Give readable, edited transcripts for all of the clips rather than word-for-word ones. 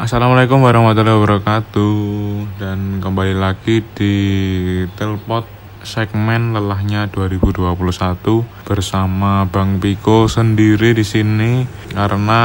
Assalamualaikum warahmatullahi wabarakatuh. Dan kembali lagi di Telpot segmen lelahnya 2021 bersama Bang Piko sendiri di sini karena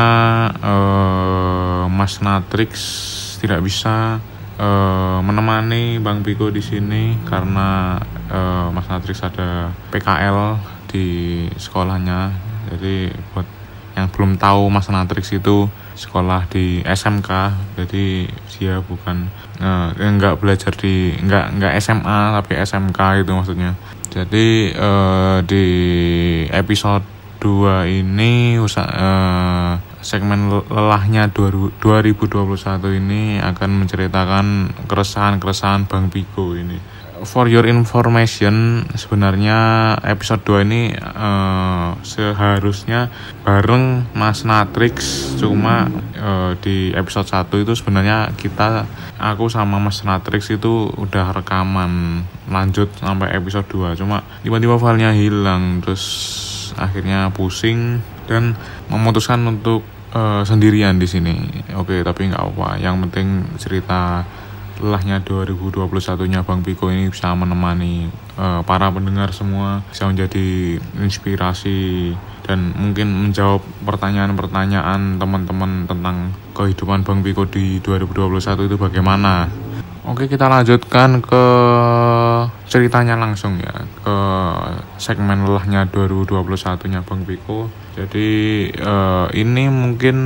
Mas Natrix tidak bisa menemani Bang Piko di sini karena Mas Natrix ada PKL di sekolahnya. Jadi buat yang belum tahu, Mas Natrix itu sekolah di SMK, jadi dia bukan nggak belajar di nggak SMA tapi SMK itu maksudnya. Jadi di episode 2 ini segmen lelahnya 2021 ini akan menceritakan keresahan Bang Piko ini. For your information, sebenarnya episode 2 ini seharusnya bareng Mas Natrix, cuma di episode 1 itu sebenarnya aku sama Mas Natrix itu udah rekaman lanjut sampai episode 2, cuma tiba-tiba filenya hilang, terus akhirnya pusing dan memutuskan untuk sendirian di sini. Oke, tapi nggak apa, yang penting cerita lelahnya 2021-nya Bang Piko ini bisa menemani para pendengar semua, bisa menjadi inspirasi dan mungkin menjawab pertanyaan-pertanyaan teman-teman tentang kehidupan Bang Piko di 2021 itu bagaimana. Oke, kita lanjutkan ke ceritanya langsung ya, ke segmen lelahnya 2021-nya Bang Piko. Jadi ini mungkin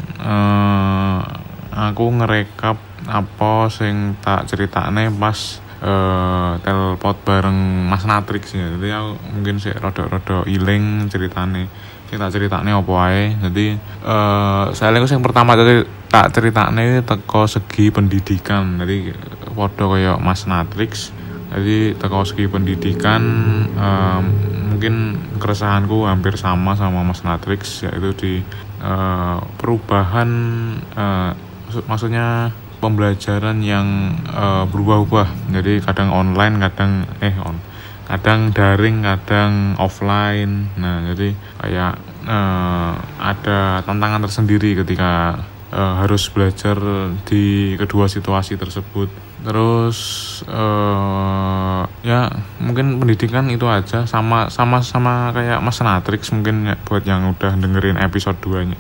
aku ngerekap apa sing tak ceritane pas telpot bareng Mas Natrix ya. Jadi aku mungkin sih rada iling ceritane. Sing tak ceritane apa ae. Jadi saya sing pertama tadi tak ceritane teko segi pendidikan. Jadi padha kaya Mas Natrix. Jadi teko segi pendidikan mungkin keresahanku hampir sama Mas Natrix, yaitu di perubahan maksudnya pembelajaran yang berubah-ubah. Jadi kadang online, kadang daring, kadang offline. Nah, jadi kayak ada tantangan tersendiri ketika harus belajar di kedua situasi tersebut. Terus ya mungkin pendidikan itu aja, sama kayak Mas Natrix mungkin ya, buat yang udah dengerin episode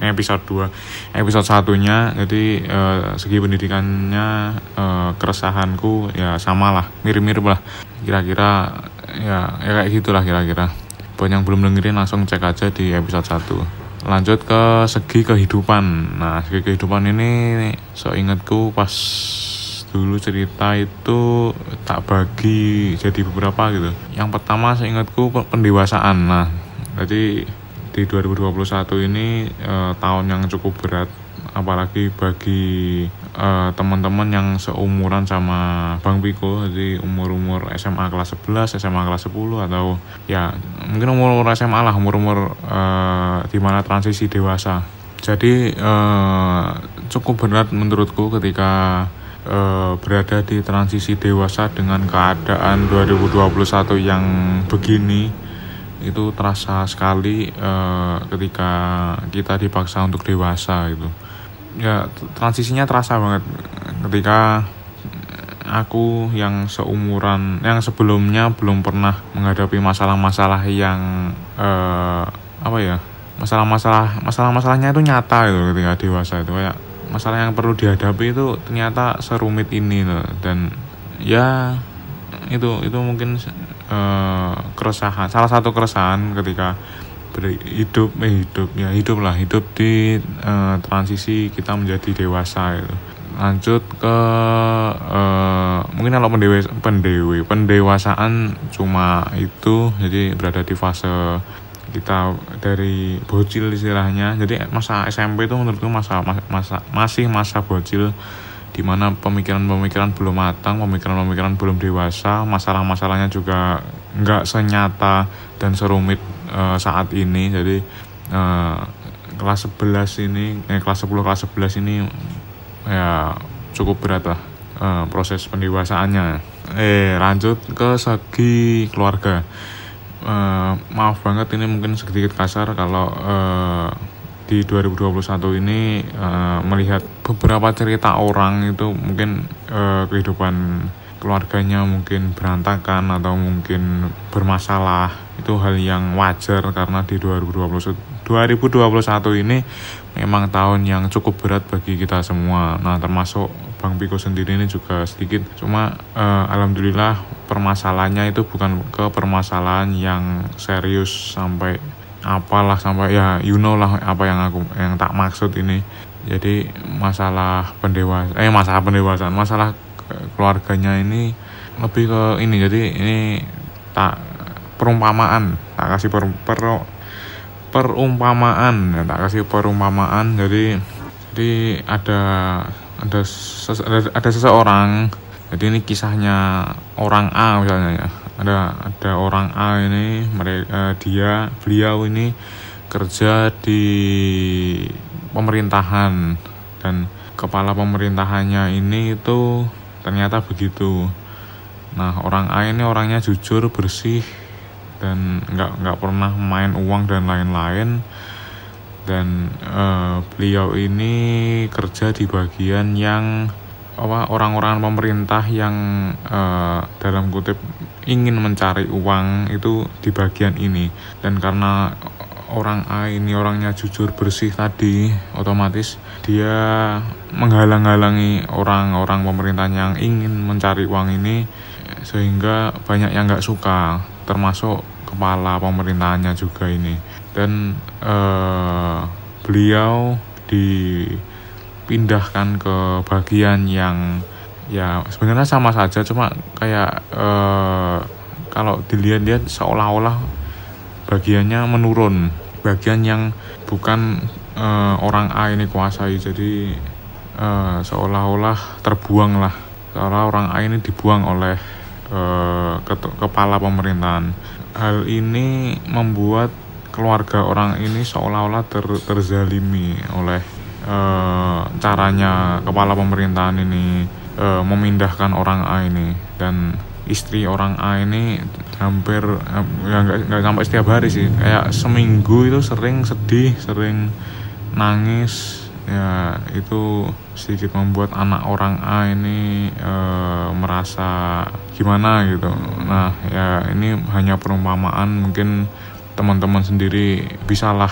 1-nya. Jadi segi pendidikannya keresahanku ya sama lah, mirip-mirip lah kira-kira ya kayak gitulah kira-kira. Buat yang belum dengerin langsung cek aja di episode 1. Lanjut ke segi kehidupan. Nah, segi kehidupan ini seingatku pas dulu cerita itu tak bagi jadi beberapa gitu. Yang pertama seingatku pendewasaan. Nah, jadi di 2021 ini tahun yang cukup berat, apalagi bagi teman-teman yang seumuran sama Bang Piko. Jadi umur SMA kelas 11, SMA kelas 10, atau ya mungkin umur SMA lah, umur di mana transisi dewasa. Jadi cukup berat menurutku ketika berada di transisi dewasa dengan keadaan 2021 yang begini. Itu terasa sekali ketika kita dipaksa untuk dewasa gitu. Ya, transisinya terasa banget ketika aku yang seumuran, yang sebelumnya belum pernah menghadapi masalah-masalah yang masalah-masalahnya itu nyata gitu. Ketika dewasa itu kayak masalah yang perlu dihadapi itu ternyata serumit ini loh. Dan ya itu mungkin keresahan, salah satu keresahan ketika hidup di transisi kita menjadi dewasa gitu. Lanjut ke mungkin kalau pendewasaan cuma itu, jadi berada di fase kita dari bocil istilahnya. Jadi masa SMP itu menurutku masih masa bocil, di mana pemikiran belum matang, pemikiran belum dewasa, masalah-masalahnya juga nggak senyata dan serumit saat ini. Jadi kelas 10 kelas 11 ini ya cukup berat lah proses pendewasaannya. Lanjut ke segi keluarga. Maaf banget ini mungkin sedikit kasar kalau di 2021 ini melihat beberapa cerita orang itu mungkin kehidupan keluarganya mungkin berantakan atau mungkin bermasalah, itu hal yang wajar karena di 2021 ini memang tahun yang cukup berat bagi kita semua. Nah, termasuk Bang Piko sendiri ini juga sedikit, cuma alhamdulillah permasalahannya itu bukan ke permasalahan yang serius sampai apalah, sampai ya you know lah apa yang tak maksud ini. Jadi masalah pendewasaan, masalah keluarganya ini lebih ke ini. Jadi ini tak perumpamaan, tak kasih perumpamaan ya, tak kasih perumpamaan. Jadi ada seseorang. Jadi ini kisahnya orang A misalnya ya. Ada orang A ini, beliau ini kerja di pemerintahan, dan kepala pemerintahannya ini itu ternyata begitu. Nah, orang A ini orangnya jujur, bersih, dan nggak pernah main uang dan lain-lain. Dan beliau ini kerja di bagian yang orang-orang pemerintah yang dalam kutip ingin mencari uang itu di bagian ini. Dan karena orang A ini orangnya jujur, bersih tadi, otomatis dia menghalang-halangi orang-orang pemerintah yang ingin mencari uang ini, sehingga banyak yang nggak suka, termasuk kepala pemerintahannya juga ini. Dan beliau dipindahkan ke bagian yang ya sebenarnya sama saja, cuma kayak kalau dilihat-lihat seolah-olah bagiannya menurun, bagian yang bukan orang A ini kuasai. Jadi seolah-olah terbuang lah, seolah orang A ini dibuang oleh kepala pemerintahan. Hal ini membuat keluarga orang ini seolah-olah terzalimi oleh caranya kepala pemerintahan ini memindahkan orang A ini. Dan istri orang A ini hampir nggak sampai setiap hari sih, kayak seminggu itu sering sedih, sering nangis ya. Itu sedikit membuat anak orang A ini merasa gimana gitu. Nah ya, ini hanya perumpamaan, mungkin teman-teman sendiri bisalah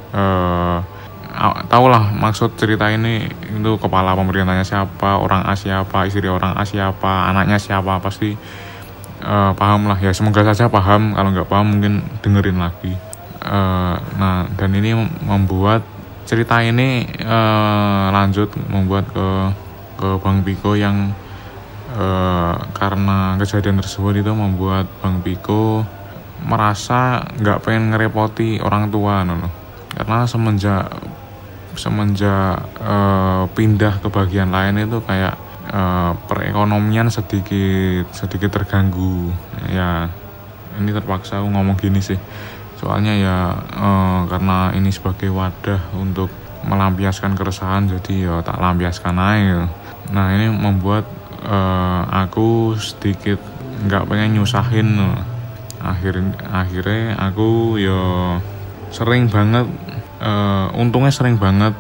tahulah maksud cerita ini itu kepala pemerintahnya siapa, orang A siapa, istri orang A siapa, anaknya siapa, pasti paham lah ya. Semoga saja paham, kalau nggak paham mungkin dengerin lagi. Nah, dan ini membuat cerita ini lanjut membuat ke Bang Piko yang karena kejadian tersebut itu membuat Bang Piko merasa nggak pengen ngerepoti orang tua karena semenjak pindah ke bagian lain itu kayak perekonomian sedikit terganggu ya. Ini terpaksa aku ngomong gini sih, soalnya ya karena ini sebagai wadah untuk melampiaskan keresahan, jadi ya tak lampiaskan aja. Nah, ini membuat aku sedikit nggak pengen nyusahin. Akhirnya aku ya sering banget, untungnya sering banget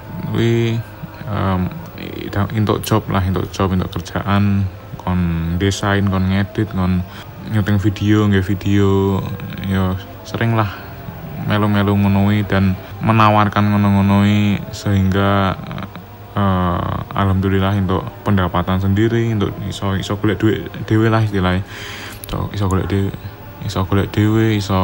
untuk job, untuk kerjaan, kon desain, kon ngedit, kon nyuting video, nggak video, ya sering lah melu-melu ngonoi dan menawarkan ngonoi, sehingga alhamdulillah untuk pendapatan sendiri, untuk iso golek duit dhewe lah istilahnya. Iso golek dhewe, iso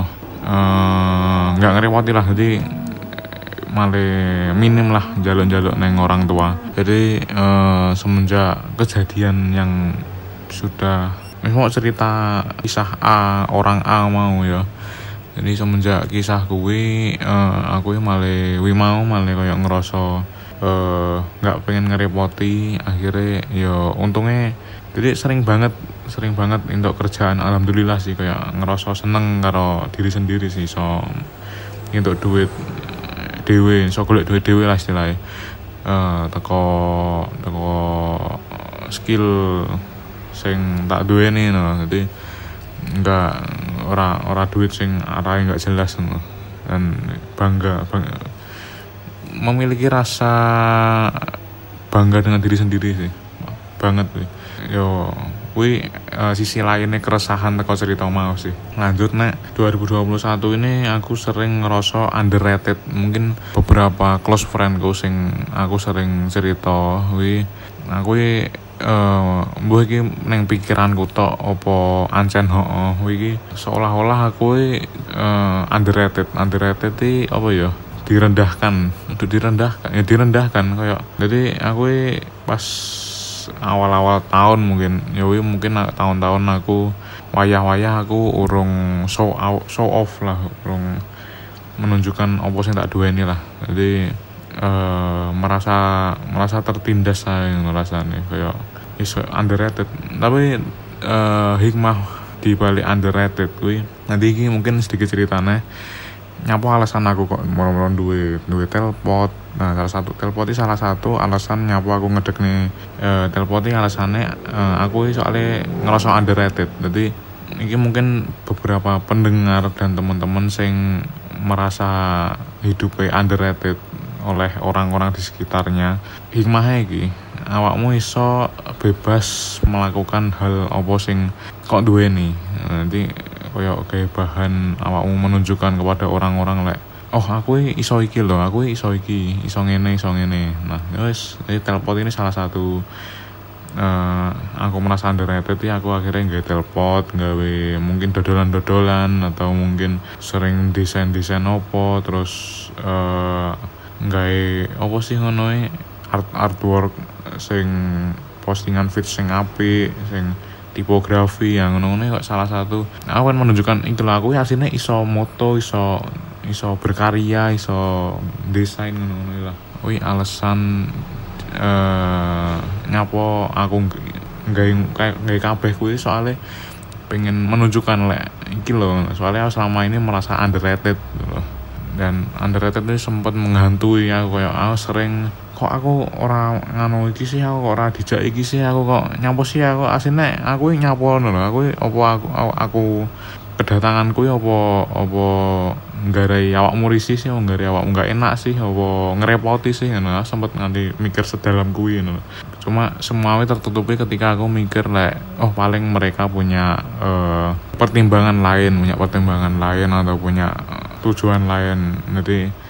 nggak ngerepoti lah. Jadi malah minim lah jaluk-jaluk neng orang tua. Jadi semenjak kejadian yang sudah mau cerita kisah orang A mau ya. Jadi semenjak kisah kuwi aku malah kayak ngerasa nggak pengen ngerepoti. Akhirnya ya untungnya jadi sering banget untuk kerjaan, alhamdulillah sih, kayak ngerasa seneng karo diri sendiri sih, so untuk duit dhewe, so golek duit dhewe lah istilahnya. Teko skill sing tak duweni jadi enggak ora duit sing arahe enggak jelas dan bangga memiliki rasa bangga dengan diri sendiri sih banget sih. Yo sisi lainnya keresahan teko cerita mau sih. Lanjut nek 2021 ini aku sering ngerasa underrated. Mungkin beberapa close friendku sing aku sering cerita aku mbuh iki ning pikiranku tok apa ancen iki seolah-olah aku underrated iki apa ya, direndahkan kayak. Jadi aku pas awal-awal tahun mungkin tahun-tahun aku wayah-wayah aku urung show off lah, urung menunjukkan apa sing tak duweni lah. Jadi merasa tertindas saya ngerasane kayak is underrated. Tapi hikmah di balik underrated kuwi nanti iki mungkin sedikit ceritanya nyapa alasan aku kok moro-moro duwe telpot. Nah, salah satu alasan nyapa aku ngedekne telpot iki alasane aku soalnya ngerasa underrated. Jadi ini mungkin beberapa pendengar dan teman-teman sing merasa hidupnya underrated oleh orang-orang di sekitarnya. Hikmahnya iki awakmu iso bebas melakukan hal apa sing kok duweni. Nanti koyo kayak bahan awakmu menunjukkan kepada orang-orang lek aku iso iki lho, aku iso ngene. Nah, wis telepon ini salah satu aku merasa underrated ya. Aku akhirnya nggawe telepon, nggawe mungkin dodolan atau mungkin sering desain opo, terus nggawe opo sih ngono artwork sing postingan feed sing apik, sing tipografi yang ngono kok salah satu aku kan menunjukkan itulah aku aslinya iso moto, iso berkarya, iso desain ngono lah. Alasan nyapo aku nggawe kabeh kuwi soalnya pengen menunjukkan lek iki lho, soalnya aku selama ini merasa underrated loh. Dan underrated itu sempat menghantui aku, kayak aku sering kok aku ora nganu iki sih, aku ora dijak iki sih, aku kok nyapo sih, aku asine aku nyapo ngono lho. Aku kedatanganku apa nggarai awakmu risih sih, nggarai awakmu enggak enak sih, apa ngerepoti sih ngono. Sempat nganti mikir sedalam kuwi ngono. Cuma semuanya tertutupi ketika aku mikir paling mereka punya pertimbangan lain atau punya tujuan lain. Jadi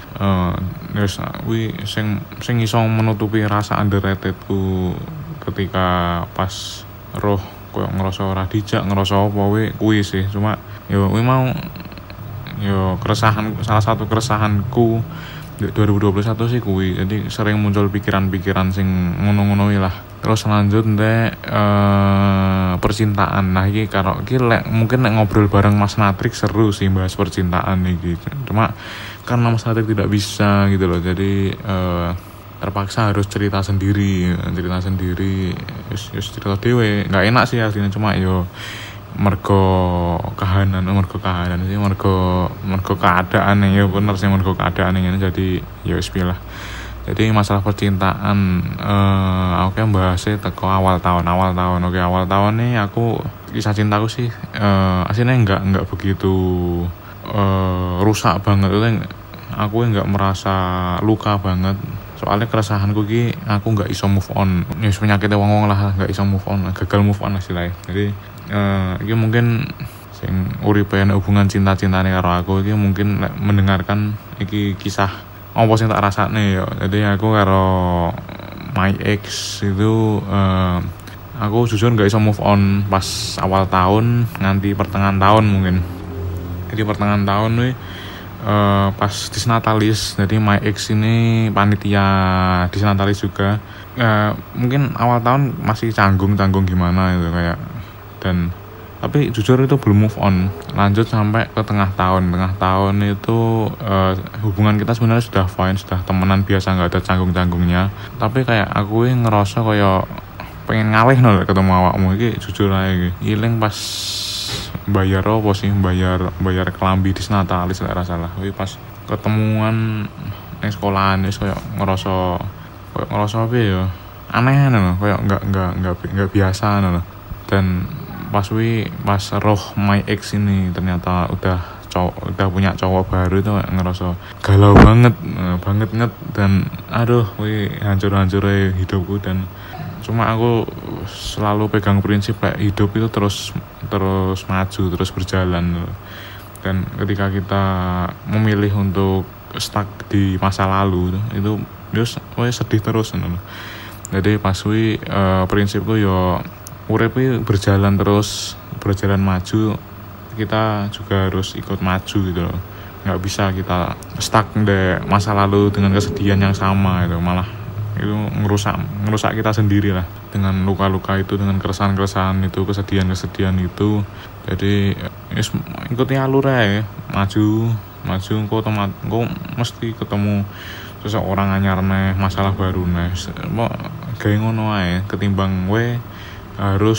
sing iso menutupi rasa underratedku ketika pas koyo ngerasa ora dijak, ngerasa apa kuwi sih. Cuma mau keresahan, salah satu keresahanku 2021 sih kuwi. Jadi sering muncul pikiran-pikiran sing ngono-ngono lah. Terus lanjut percintaan. Nah iki mungkin ngobrol bareng Mas Natrik seru sih bahas percintaan iki. Cuma karena Mas Natrik tidak bisa gitu loh. Jadi terpaksa harus cerita sendiri cerita dewe. Nggak enak sih aslinya, cuma mergo kahanan sih, mergo keadaan ya bener sih, mergo keadaan ini. Jadi wis pilah. Jadi masalah percintaan aku kan bahasnya teko awal tahun. Oke, awal tahun nih aku kisah cintaku sih aslinya enggak begitu rusak banget. Aku enggak merasa luka banget. Soalnya keresahanku aku enggak iso move on. Penyakitnya wong-wong lah, enggak iso move on, gagal move on istilahnya. Jadi iki mungkin sing uripe hubungan cinta-cintane karo aku iki mungkin mendengarkan iki kisah apa sing tak rasane ya. Jadi aku karo my ex itu aku jujur gak bisa move on pas awal tahun nganti pertengahan tahun mungkin. Jadi pertengahan tahun nih pas disnatalis. Jadi my ex ini panitia disnatalis juga. Mungkin awal tahun masih canggung gimana gitu kayak, dan tapi jujur itu belum move on. Lanjut sampai ke tengah tahun itu hubungan kita sebenarnya sudah fine, sudah temenan biasa, nggak ada canggung-canggungnya. Tapi kayak aku ngerasa kayak pengen ngalih nol ketemu awakmu iki, jujur aja iki. Iling pas bayar apa sih, bayar kelambi di Natalis nggak salah. Tapi pas ketemuan di sekolahan wis kayak ngerasa apa ya, aneh loh, kayak nggak biasa loh. Dan pas roh my ex ini ternyata udah punya cowok baru itu ngerasa galau banget dan aduh hancur hidupku. Dan cuma aku selalu pegang prinsip kayak hidup itu terus maju, terus berjalan. Dan ketika kita memilih untuk stuck di masa lalu itu sedih terus. Jadi pas prinsipku yo urip berjalan maju, kita juga harus ikut maju gitu loh. Nggak bisa kita stuck di masa lalu dengan kesedihan yang sama itu, malah itu ngerusak kita sendiri lah dengan luka-luka itu, dengan keresahan itu, kesedihan itu. Jadi ikuti alur ya, maju engko mesti ketemu seseorang anyar neh, masalah baru neh. Mau gawe ngono ae ketimbang harus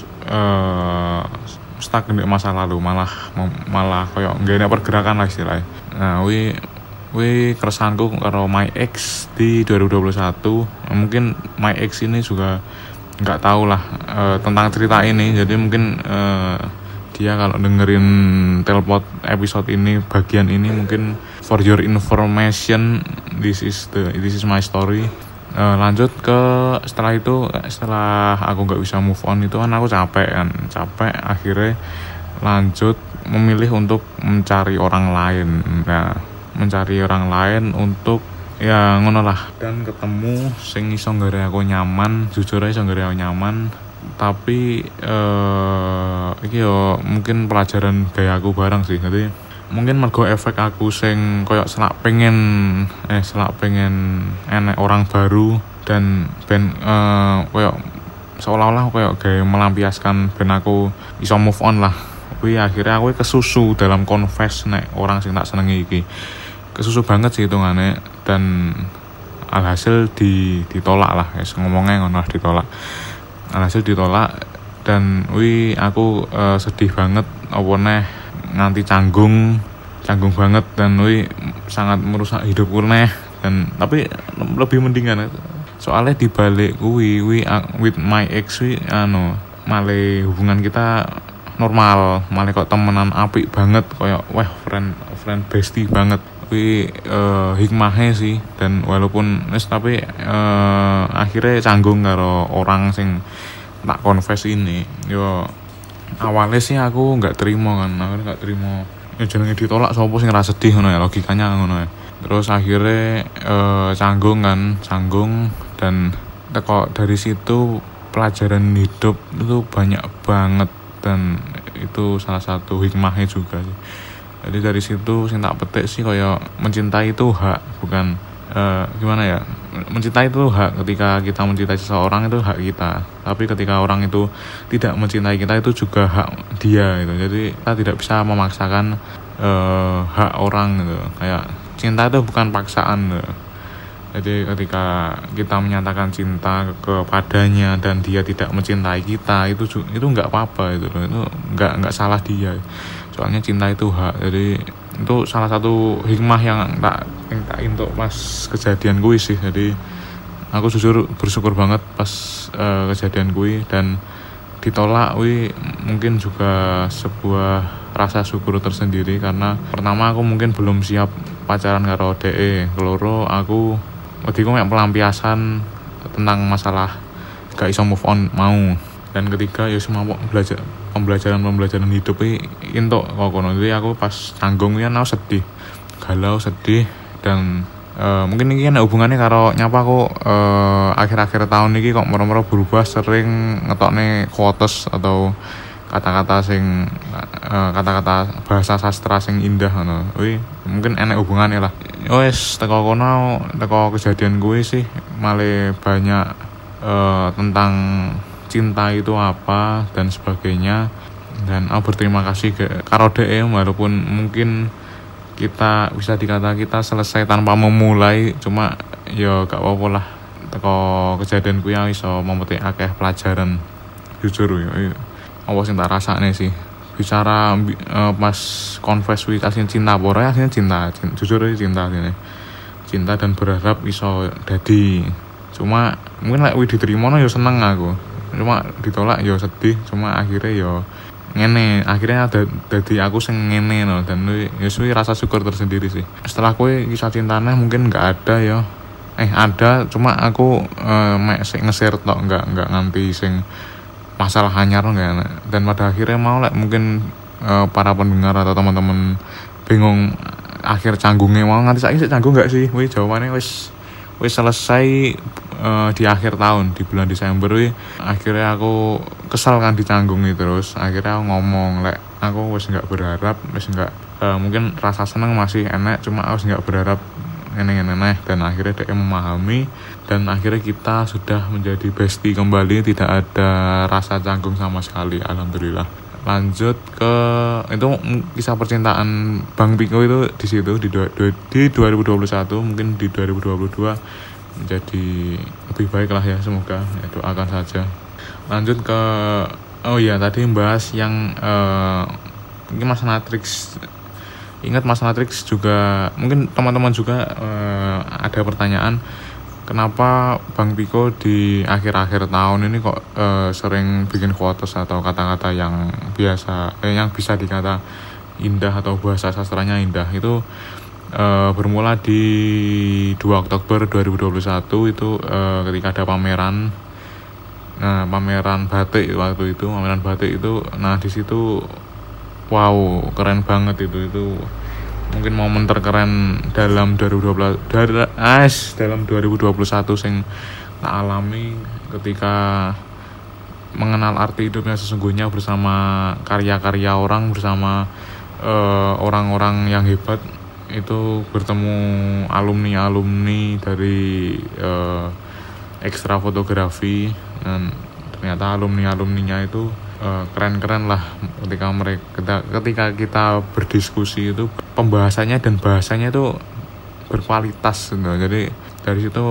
stuck di masa lalu, malah koyo nggak ada pergerakan lah istilahnya. Nah, keresahanku karo my ex di 2021. Mungkin my ex ini juga nggak tahu lah tentang cerita ini. Jadi mungkin dia kalau dengerin teleport episode ini, bagian ini, mungkin for your information, this is my story. Lanjut ke setelah aku nggak bisa move on itu kan aku capek akhirnya lanjut memilih untuk mencari orang lain. Nah, mencari orang lain untuk ya ngono lah, dan ketemu sing iso nggare aku nyaman, jujur aja iso nggare aku nyaman. Tapi iki yo mungkin pelajaran gaya aku bareng sih. Jadi mungkin mergo efek aku sing koyo selak pengen enek orang baru, dan koyo seolah-olah koyo kayak melampiaskan ben aku iso move on lah. Akhirnya aku kesusu dalam confess nek orang sing tak senengi iki. Kesusu banget sih hitungane, dan alhasil ditolak lah. Ngomongnya ngono, ditolak. Alhasil ditolak, dan aku sedih banget, apa neh nganti canggung banget, dan sangat merusak hidupku neh. Dan tapi lebih mendingan soalnya dibalik with my ex malah hubungan kita normal, malah kok temenan apik banget, kayak friend bestie banget. Hikmahnya sih. Dan walaupun tapi akhirnya canggung karo orang sing tak confess ini. Yo awalnya sih aku nggak terima ya, jenenge ditolak sopo sing ra sedih ngono ya, logikanya ngono ya. Terus akhirnya canggung, dan dari situ pelajaran hidup itu banyak banget, dan itu salah satu hikmahnya juga sih. Jadi dari situ sing tak petik sih kayak mencintai itu hak, bukan gimana ya, mencintai itu hak. Ketika kita mencintai seseorang itu hak kita, tapi ketika orang itu tidak mencintai kita itu juga hak dia gitu. Jadi kita tidak bisa memaksakan hak orang gitu. Kayak cinta itu bukan paksaan gitu. Jadi ketika kita menyatakan cinta kepadanya dan dia tidak mencintai kita, itu nggak apa-apa itu nggak salah dia. Soalnya cinta itu hak. Jadi itu salah satu hikmah yang tak untuk pas kejadian gue sih. Jadi aku jujur bersyukur banget pas kejadian gue, dan ditolak mungkin juga sebuah rasa syukur tersendiri. Karena pertama aku mungkin belum siap pacaran karo DE. Keloro aku yang pelampiasan tentang masalah gak iso move on mau. Dan ketiga ya semua pembelajaran hidup entuk kok kono. Jadi aku pas canggung ya aku galau sedih, dan mungkin ini kan hubungannya karo nyapa aku akhir-akhir tahun ini kok moro-moro berubah, sering ngetokne quotes atau kata-kata bahasa sastra sing indah ngono. Mungkin enek hubungannya lah. Teko kejadian gue sih malah banyak tentang cinta itu apa dan sebagainya. Dan aku berterima kasih karo DE, walaupun mungkin kita bisa dikata kita selesai tanpa memulai, cuma ya gak apa-apa lah. Teko kejadian gue iso memetik akeh pelajaran, jujur ya. Apa sing tak rasane sih bicara pas confess aslinya cinta, pokoknya aslinya cinta, jujur aja cinta dan berharap iso dadi. Cuma mungkin diterima ya seneng aku, cuma ditolak ya sedih. Cuma akhirnya ngene, akhirnya jadi aku sing ngene no, dan kuwi rasa syukur tersendiri sih. Setelah kuwi kisah cintanya mungkin nggak ada ya, ada, cuma aku mek sing nge-share tok, nggak nganti sing masalah anyar nggak. Dan pada akhirnya mau mungkin para pendengar atau teman-teman bingung akhir canggungnya mau nganti saiki canggung nggak sih? Wih, jawabannya wis selesai di akhir tahun, di bulan Desember. Akhirnya aku kesal kan di canggung terus. Akhirnya aku ngomong aku wis nggak berharap, wis nggak mungkin rasa seneng masih enak, cuma aku nggak berharap eneh. Dan akhirnya dia memahami, dan akhirnya kita sudah menjadi bestie kembali, tidak ada rasa canggung sama sekali, alhamdulillah. Lanjut ke itu kisah percintaan Bang Piko itu di situ di 2021, mungkin di 2022 menjadi lebih baik lah ya, semoga ya, doakan saja. Lanjut ke tadi membahas yang mungkin Mas Natrix. Ingat Mas Natrix juga, mungkin teman-teman juga ada pertanyaan, kenapa Bang Piko di akhir-akhir tahun ini kok sering bikin quotes atau kata-kata yang biasa yang bisa dikata indah atau bahasa sastranya indah. Itu bermula di 2 Oktober 2021 itu ketika ada pameran batik waktu itu, nah di situ wow, keren banget itu mungkin momen terkeren dalam 2021 sing tak alami ketika mengenal arti hidupnya sesungguhnya bersama karya-karya orang, bersama orang-orang yang hebat. Itu bertemu alumni dari ekstra fotografi, dan ternyata alumninya itu keren-keren lah. Ketika kita berdiskusi itu pembahasannya dan bahasanya itu berkualitas gitu. Jadi dari situ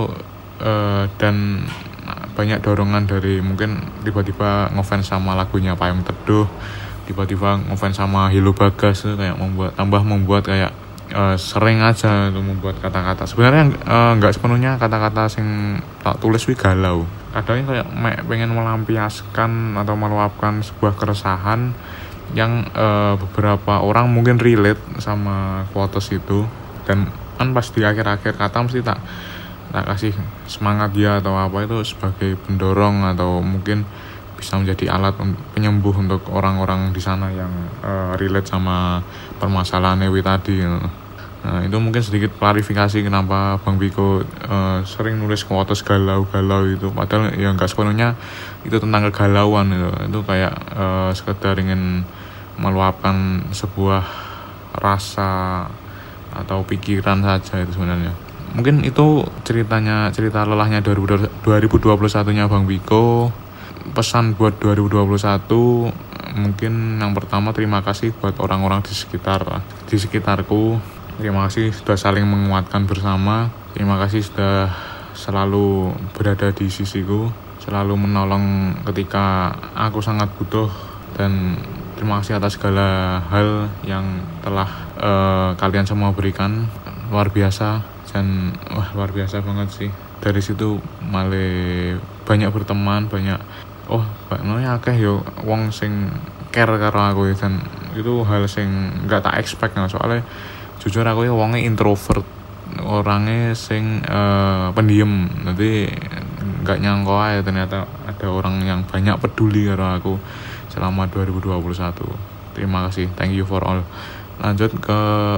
dan banyak dorongan dari mungkin tiba-tiba ngefans sama lagunya Payung Teduh, tiba-tiba ngefans sama Hilo Bagas, itu kayak membuat kayak sering aja itu membuat kata-kata. Sebenarnya nggak sepenuhnya kata-kata sing tak tulis wi galau. Kadang kayak pengen melampiaskan atau meluapkan sebuah keresahan yang beberapa orang mungkin relate sama quotes itu. Dan kan pas di akhir-akhir kata mesti tak kasih semangat dia atau apa, itu sebagai pendorong atau mungkin bisa menjadi alat penyembuh untuk orang-orang di sana yang relate sama permasalahan Ewi tadi. Nah, itu mungkin sedikit klarifikasi kenapa Bang Piko sering nulis quotes galau-galau itu. Padahal ya nggak sepenuhnya itu tentang kegalauan itu kayak sekedar ingin meluapkan sebuah rasa atau pikiran saja itu sebenarnya. Mungkin itu cerita lelahnya 2021-nya Bang Piko. Pesan buat 2021 mungkin yang pertama, terima kasih buat orang-orang di sekitarku. Terima kasih sudah saling menguatkan bersama. Terima kasih sudah selalu berada di sisiku, selalu menolong ketika aku sangat butuh. Dan terima kasih atas segala hal yang telah kalian semua berikan. Luar biasa. Dan luar biasa banget sih. Dari situ malah banyak berteman, banyak akeh yo wong sing care karo aku. Dan itu hal sing gak tak expect. Soalnya jujur aku ya wongnya introvert, orangnya sing pendiam. Nanti gak nyangka aja ternyata ada orang yang banyak peduli karo aku selama 2021. Terima kasih, thank you for all. Lanjut ke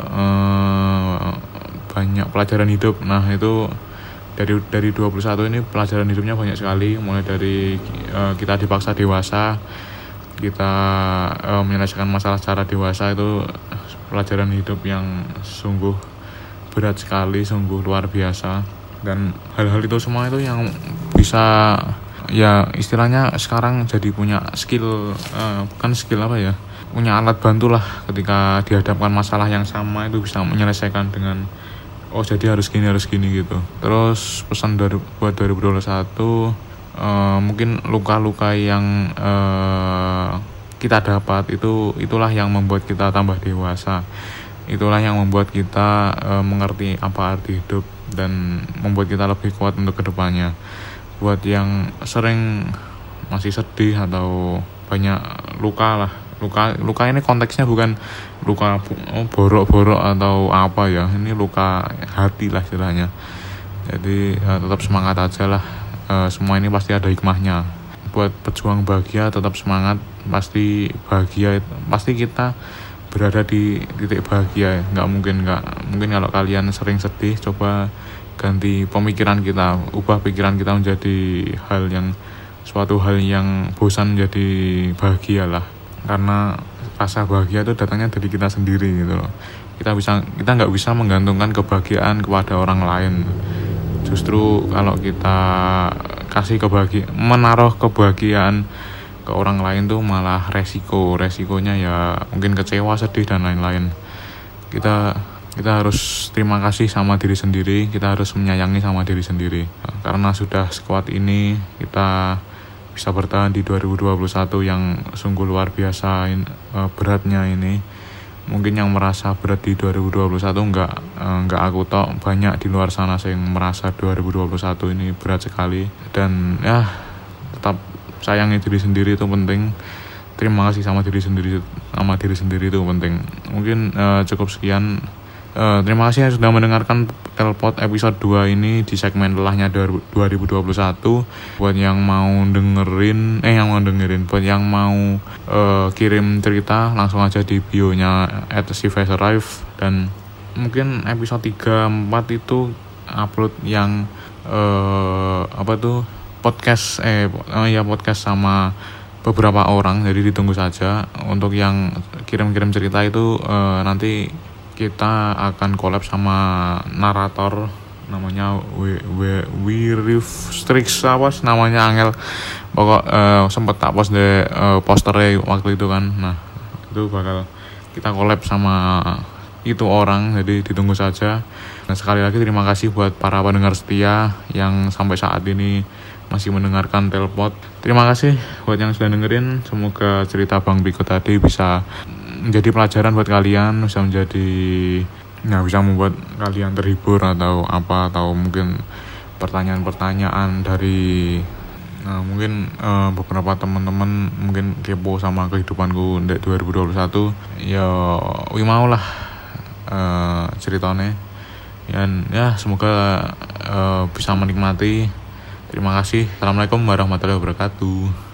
banyak pelajaran hidup. Nah itu dari 21 ini pelajaran hidupnya banyak sekali. Mulai dari kita dipaksa dewasa, kita menyelesaikan masalah secara dewasa, itu pelajaran hidup yang sungguh berat sekali, sungguh luar biasa. Dan hal-hal itu semua itu yang bisa ya istilahnya sekarang jadi punya skill, punya alat bantu lah ketika dihadapkan masalah yang sama, itu bisa menyelesaikan dengan jadi harus gini gitu. Terus pesan buat 2021, mungkin luka-luka yang kita dapat itulah yang membuat kita tambah dewasa. Itulah yang membuat kita mengerti apa arti hidup dan membuat kita lebih kuat untuk kedepannya. Buat yang sering masih sedih atau banyak luka lah Luka ini konteksnya bukan luka borok-borok atau apa ya, ini luka hati lah istilahnya. Jadi tetap semangat aja lah. Semua ini pasti ada hikmahnya. Buat pejuang bahagia tetap semangat, pasti bahagia, pasti kita berada di titik bahagia. Nggak mungkin kalau kalian sering sedih, coba ganti pemikiran kita, ubah pikiran kita menjadi suatu hal yang bosan menjadi bahagia lah. Karena rasa bahagia itu datangnya dari kita sendiri gitu loh. Kita nggak bisa menggantungkan kebahagiaan kepada orang lain. Justru kalau kita menaruh kebahagiaan ke orang lain tuh malah resikonya ya mungkin kecewa, sedih dan lain-lain. Kita harus terima kasih sama diri sendiri, kita harus menyayangi sama diri sendiri. Karena sudah sekuat ini, kita bisa bertahan di 2021 yang sungguh luar biasa beratnya ini. Mungkin yang merasa berat di 2021 enggak aku tok, banyak di luar sana yang merasa 2021 ini berat sekali. Dan ya tetap sayangi diri sendiri itu penting. Terima kasih sama diri sendiri itu penting. Mungkin cukup sekian. Terima kasih yang sudah mendengarkan Telpot episode 2 ini di segmen lelahnya 2021. Buat yang mau dengerin, buat yang mau kirim cerita, langsung aja di bio-nya @sivesarive. Dan mungkin episode 3-4 itu upload yang podcast sama beberapa orang, jadi ditunggu saja. Untuk yang kirim-kirim cerita itu nanti kita akan collab sama narator namanya Wirif Strix namanya Angel. Pokok sempet tak post di posternya waktu itu kan. Nah, itu bakal kita collab sama itu orang, jadi ditunggu saja. Nah, sekali lagi terima kasih buat para pendengar setia yang sampai saat ini masih mendengarkan Telpot. Terima kasih buat yang sudah dengerin. Semoga cerita Bang Piko tadi bisa menjadi pelajaran buat kalian, bisa membuat kalian terhibur atau mungkin pertanyaan-pertanyaan dari mungkin beberapa teman-teman mungkin kepo sama kehidupanku di 2021. Ya mau lah ceritanya. Dan ya semoga bisa menikmati. Terima kasih. Assalamualaikum warahmatullahi wabarakatuh.